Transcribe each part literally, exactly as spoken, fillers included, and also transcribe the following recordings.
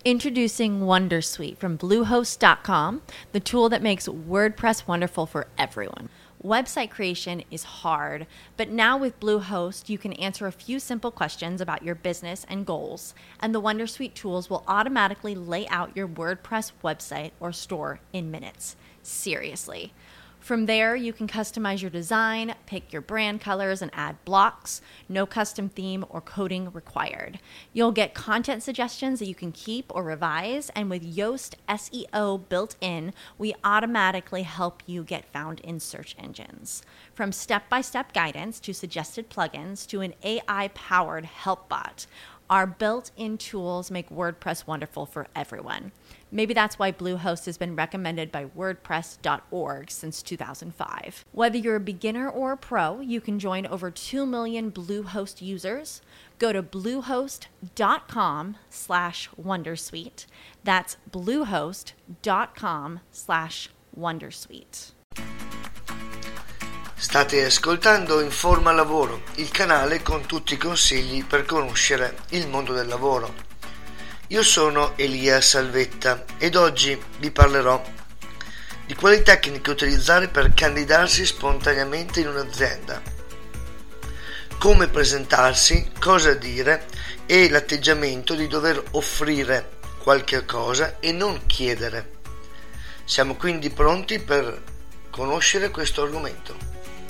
Introducing Wondersuite from Bluehost dot com, the tool that makes WordPress wonderful for everyone. Website creation is hard, but now with Bluehost, you can answer a few simple questions about your business and goals, and the Wondersuite tools will automatically lay out your WordPress website or store in minutes. Seriously. From there, you can customize your design, pick your brand colors, and add blocks. No custom theme or coding required. You'll get content suggestions that you can keep or revise, and with Yoast S E O built in, we automatically help you get found in search engines. From step-by-step guidance to suggested plugins to an A I-powered help bot, our built-in tools make WordPress wonderful for everyone. Maybe that's why Bluehost has been recommended by WordPress dot org since two thousand five. Whether you're a beginner or a pro, you can join over two million Bluehost users. Go to bluehost dot com slash wondersuite. That's bluehost dot com slash wondersuite. State ascoltando Informa Lavoro, il canale con tutti i consigli per conoscere il mondo del lavoro. Io sono Elia Salvetta ed oggi vi parlerò di quali tecniche utilizzare per candidarsi spontaneamente in un'azienda, come presentarsi, cosa dire e l'atteggiamento di dover offrire qualche cosa e non chiedere. Siamo quindi pronti per conoscere questo argomento.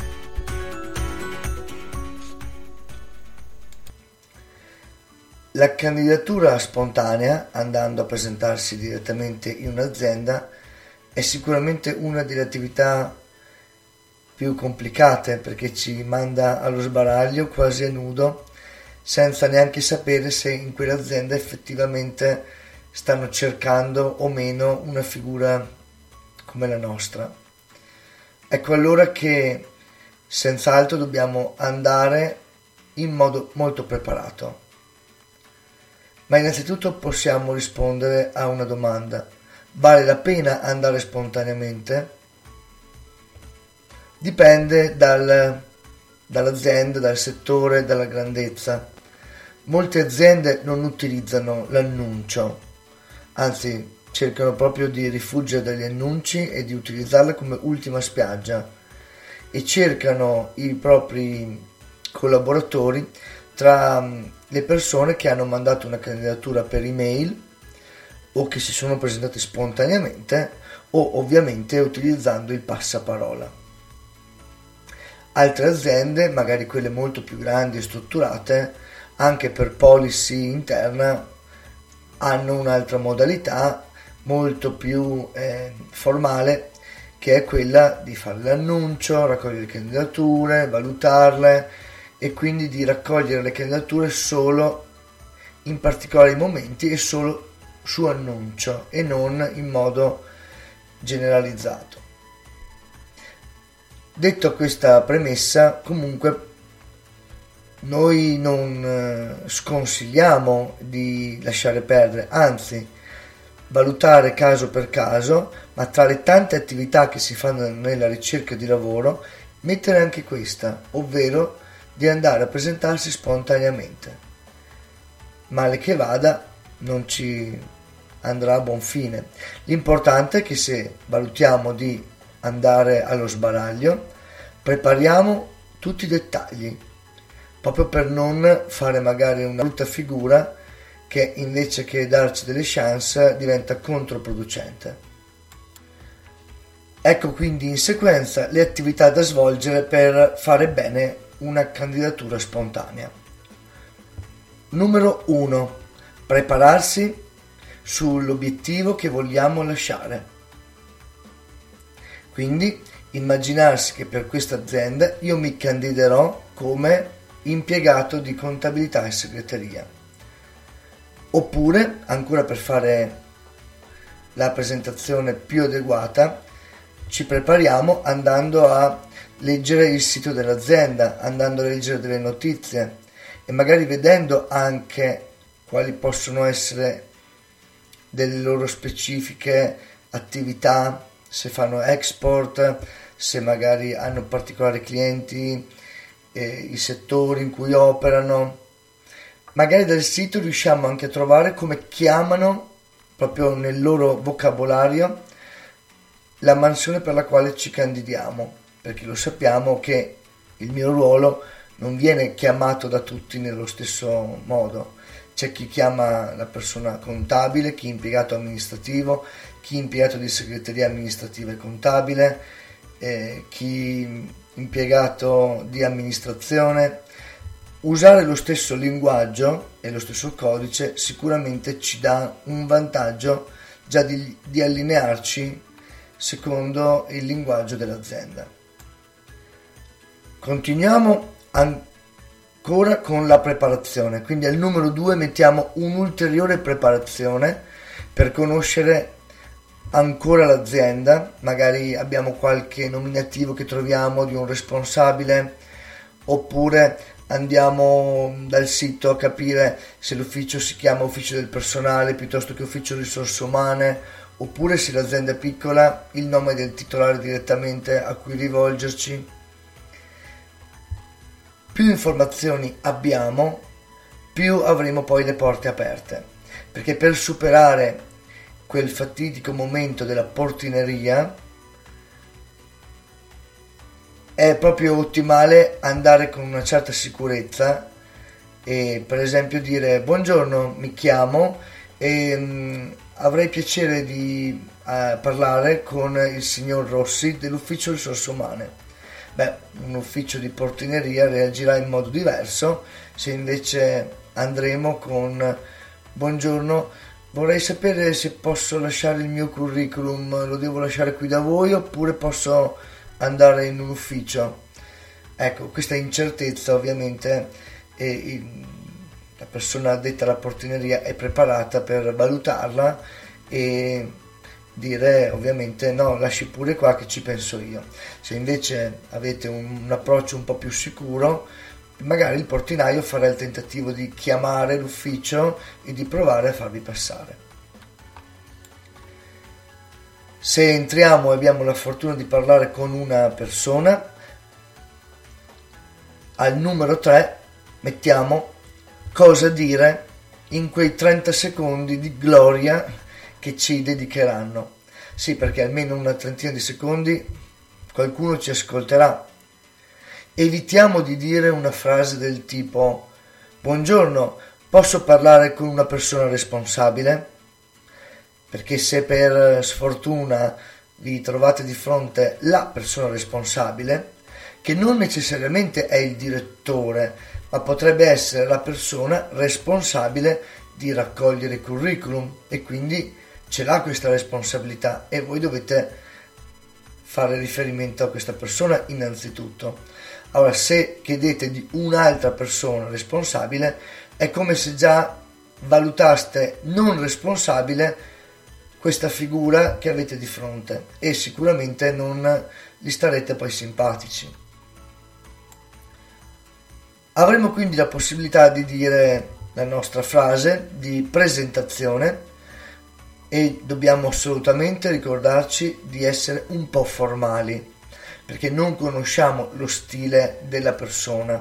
La candidatura spontanea, andando a presentarsi direttamente in un'azienda, è sicuramente una delle attività più complicate perché ci manda allo sbaraglio quasi a nudo, senza neanche sapere se in quell'azienda effettivamente stanno cercando o meno una figura come la nostra. Ecco allora che senz'altro dobbiamo andare in modo molto preparato. Ma innanzitutto possiamo rispondere a una domanda: vale la pena andare spontaneamente? Dipende dal, dall'azienda, dal settore, dalla grandezza. Molte aziende non utilizzano l'annuncio, anzi cercano proprio di rifuggire dagli annunci e di utilizzarla come ultima spiaggia e cercano i propri collaboratori tra le persone che hanno mandato una candidatura per email o che si sono presentate spontaneamente o ovviamente utilizzando il passaparola. Altre aziende, magari quelle molto più grandi e strutturate, anche per policy interna, hanno un'altra modalità molto più eh, formale, che è quella di fare l'annuncio, raccogliere candidature, valutarle e quindi di raccogliere le candidature solo in particolari momenti e solo su annuncio e non in modo generalizzato. Detto questa premessa, comunque noi non sconsigliamo di lasciare perdere, anzi valutare caso per caso, ma tra le tante attività che si fanno nella ricerca di lavoro, mettere anche questa, ovvero di andare a presentarsi spontaneamente. Male che vada, non ci andrà a buon fine. L'importante è che se valutiamo di andare allo sbaraglio, prepariamo tutti i dettagli, proprio per non fare magari una brutta figura che invece che darci delle chance diventa controproducente. Ecco quindi in sequenza le attività da svolgere per fare bene una candidatura spontanea. Numero uno. Prepararsi sull'obiettivo che vogliamo lasciare. Quindi immaginarsi che per questa azienda io mi candiderò come impiegato di contabilità e segreteria. Oppure, ancora per fare la presentazione più adeguata, ci prepariamo andando a leggere il sito dell'azienda, andando a leggere delle notizie e magari vedendo anche quali possono essere delle loro specifiche attività, se fanno export, se magari hanno particolari clienti, eh, i settori in cui operano. Magari dal sito riusciamo anche a trovare come chiamano proprio nel loro vocabolario la mansione per la quale ci candidiamo, perché lo sappiamo che il mio ruolo non viene chiamato da tutti nello stesso modo. C'è chi chiama la persona contabile, chi impiegato amministrativo, chi impiegato di segreteria amministrativa e contabile, eh, chi impiegato di amministrazione. Usare lo stesso linguaggio e lo stesso codice sicuramente ci dà un vantaggio già di, di allinearci secondo il linguaggio dell'azienda. Continuiamo ancora con la preparazione, quindi al numero due mettiamo un'ulteriore preparazione per conoscere ancora l'azienda. Magari abbiamo qualche nominativo che troviamo di un responsabile, oppure andiamo dal sito a capire se l'ufficio si chiama ufficio del personale piuttosto che ufficio risorse umane, oppure se l'azienda è piccola il nome del titolare direttamente a cui rivolgerci. Più informazioni abbiamo, più avremo poi le porte aperte, perché per superare quel fatidico momento della portineria è proprio ottimale andare con una certa sicurezza e per esempio dire: buongiorno, mi chiamo e mh, avrei piacere di uh, parlare con il signor Rossi dell'ufficio risorse umane. Beh, un ufficio di portineria reagirà in modo diverso. Se invece andremo con: buongiorno, vorrei sapere se posso lasciare il mio curriculum, lo devo lasciare qui da voi oppure posso andare in un ufficio. Ecco, questa incertezza ovviamente eh, la persona addetta alla portineria è preparata per valutarla e dire ovviamente: no, lasci pure qua che ci penso io. Se invece avete un, un approccio un po' più sicuro, magari il portinaio farà il tentativo di chiamare l'ufficio e di provare a farvi passare. Se entriamo e abbiamo la fortuna di parlare con una persona, al numero tre mettiamo cosa dire in quei trenta secondi di gloria che ci dedicheranno. Sì, perché almeno una trentina di secondi qualcuno ci ascolterà. Evitiamo di dire una frase del tipo: buongiorno, posso parlare con una persona responsabile? Perché se per sfortuna vi trovate di fronte la persona responsabile, che non necessariamente è il direttore, ma potrebbe essere la persona responsabile di raccogliere i curriculum e quindi ce l'ha questa responsabilità e voi dovete fare riferimento a questa persona innanzitutto. Allora, se chiedete di un'altra persona responsabile, è come se già valutaste non responsabile questa figura che avete di fronte e sicuramente non gli starete poi simpatici. Avremo quindi la possibilità di dire la nostra frase di presentazione e dobbiamo assolutamente ricordarci di essere un po' formali, perché non conosciamo lo stile della persona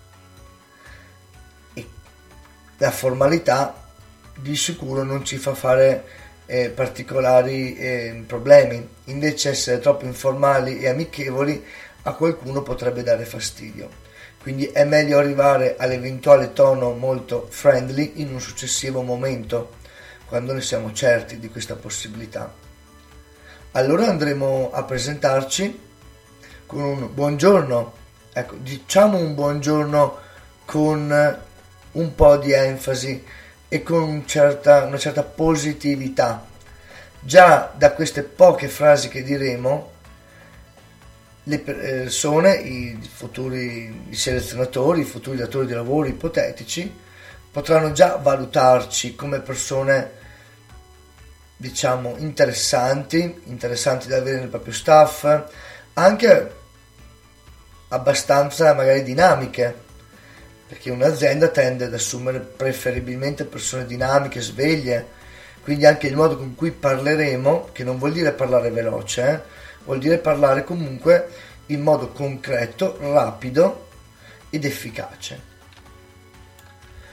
e la formalità di sicuro non ci fa fare eh, particolari eh, problemi. Invece essere troppo informali e amichevoli a qualcuno potrebbe dare fastidio. Quindi è meglio arrivare all'eventuale tono molto friendly in un successivo momento, quando ne siamo certi di questa possibilità. Allora andremo a presentarci con un buongiorno. Ecco, diciamo un buongiorno con un po' di enfasi e con un certa, una certa positività. Già da queste poche frasi che diremo, le persone, i futuri i selezionatori, i futuri datori di lavoro ipotetici potranno già valutarci come persone, diciamo, interessanti, interessanti da avere nel proprio staff, anche abbastanza magari dinamiche, perché un'azienda tende ad assumere preferibilmente persone dinamiche, sveglie, quindi anche il modo con cui parleremo, che non vuol dire parlare veloce, eh, vuol dire parlare comunque in modo concreto, rapido ed efficace.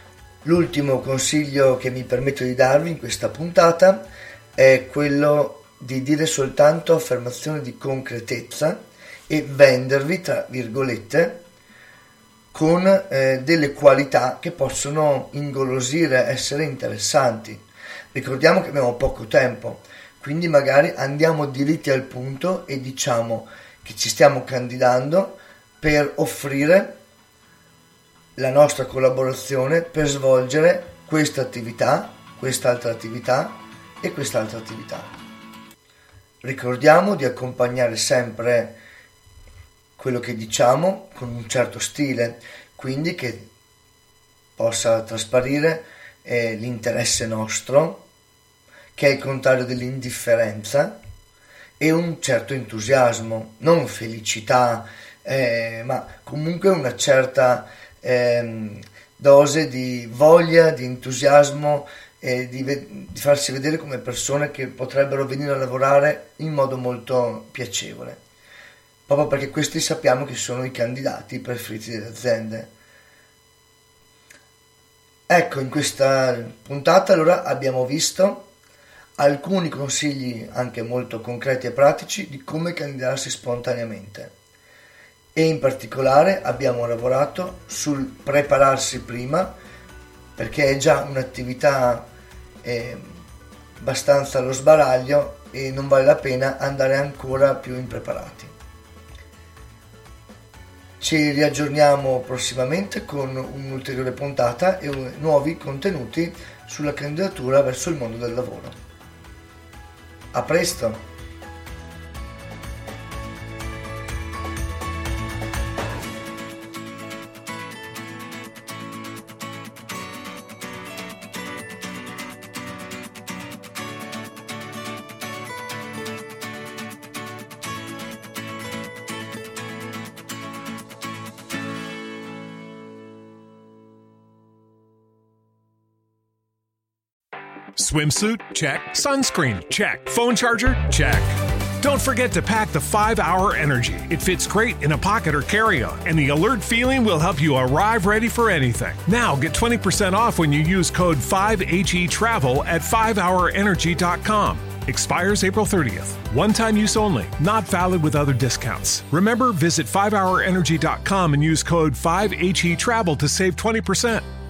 L'ultimo consiglio che mi permetto di darvi in questa puntata è quello di dire soltanto affermazioni di concretezza e vendervi, tra virgolette, con eh, delle qualità che possono ingolosire, essere interessanti. Ricordiamo che abbiamo poco tempo, quindi magari andiamo diritti al punto e diciamo che ci stiamo candidando per offrire la nostra collaborazione per svolgere questa attività, quest'altra attività e quest'altra attività. Ricordiamo di accompagnare sempre quello che diciamo con un certo stile, quindi che possa trasparire eh, l'interesse nostro, che è il contrario dell'indifferenza, e un certo entusiasmo, non felicità, eh, ma comunque una certa eh, dose di voglia, di entusiasmo, eh, di, ve- di farsi vedere come persone che potrebbero venire a lavorare in modo molto piacevole, proprio perché questi sappiamo che sono i candidati preferiti delle aziende. Ecco, in questa puntata allora abbiamo visto alcuni consigli anche molto concreti e pratici di come candidarsi spontaneamente, e in particolare abbiamo lavorato sul prepararsi prima, perché è già un'attività eh, abbastanza allo sbaraglio e non vale la pena andare ancora più impreparati. Ci riaggiorniamo prossimamente con un'ulteriore puntata e nuovi contenuti sulla candidatura verso il mondo del lavoro. A presto! Swimsuit? Check. Sunscreen? Check. Phone charger? Check. Don't forget to pack the five hour Energy. It fits great in a pocket or carry-on, and the alert feeling will help you arrive ready for anything. Now get twenty percent off when you use code five H E Travel at five hour energy dot com. Expires April thirtieth. One-time use only. Not valid with other discounts. Remember, visit five hour energy dot com and use code five H E Travel to save twenty percent.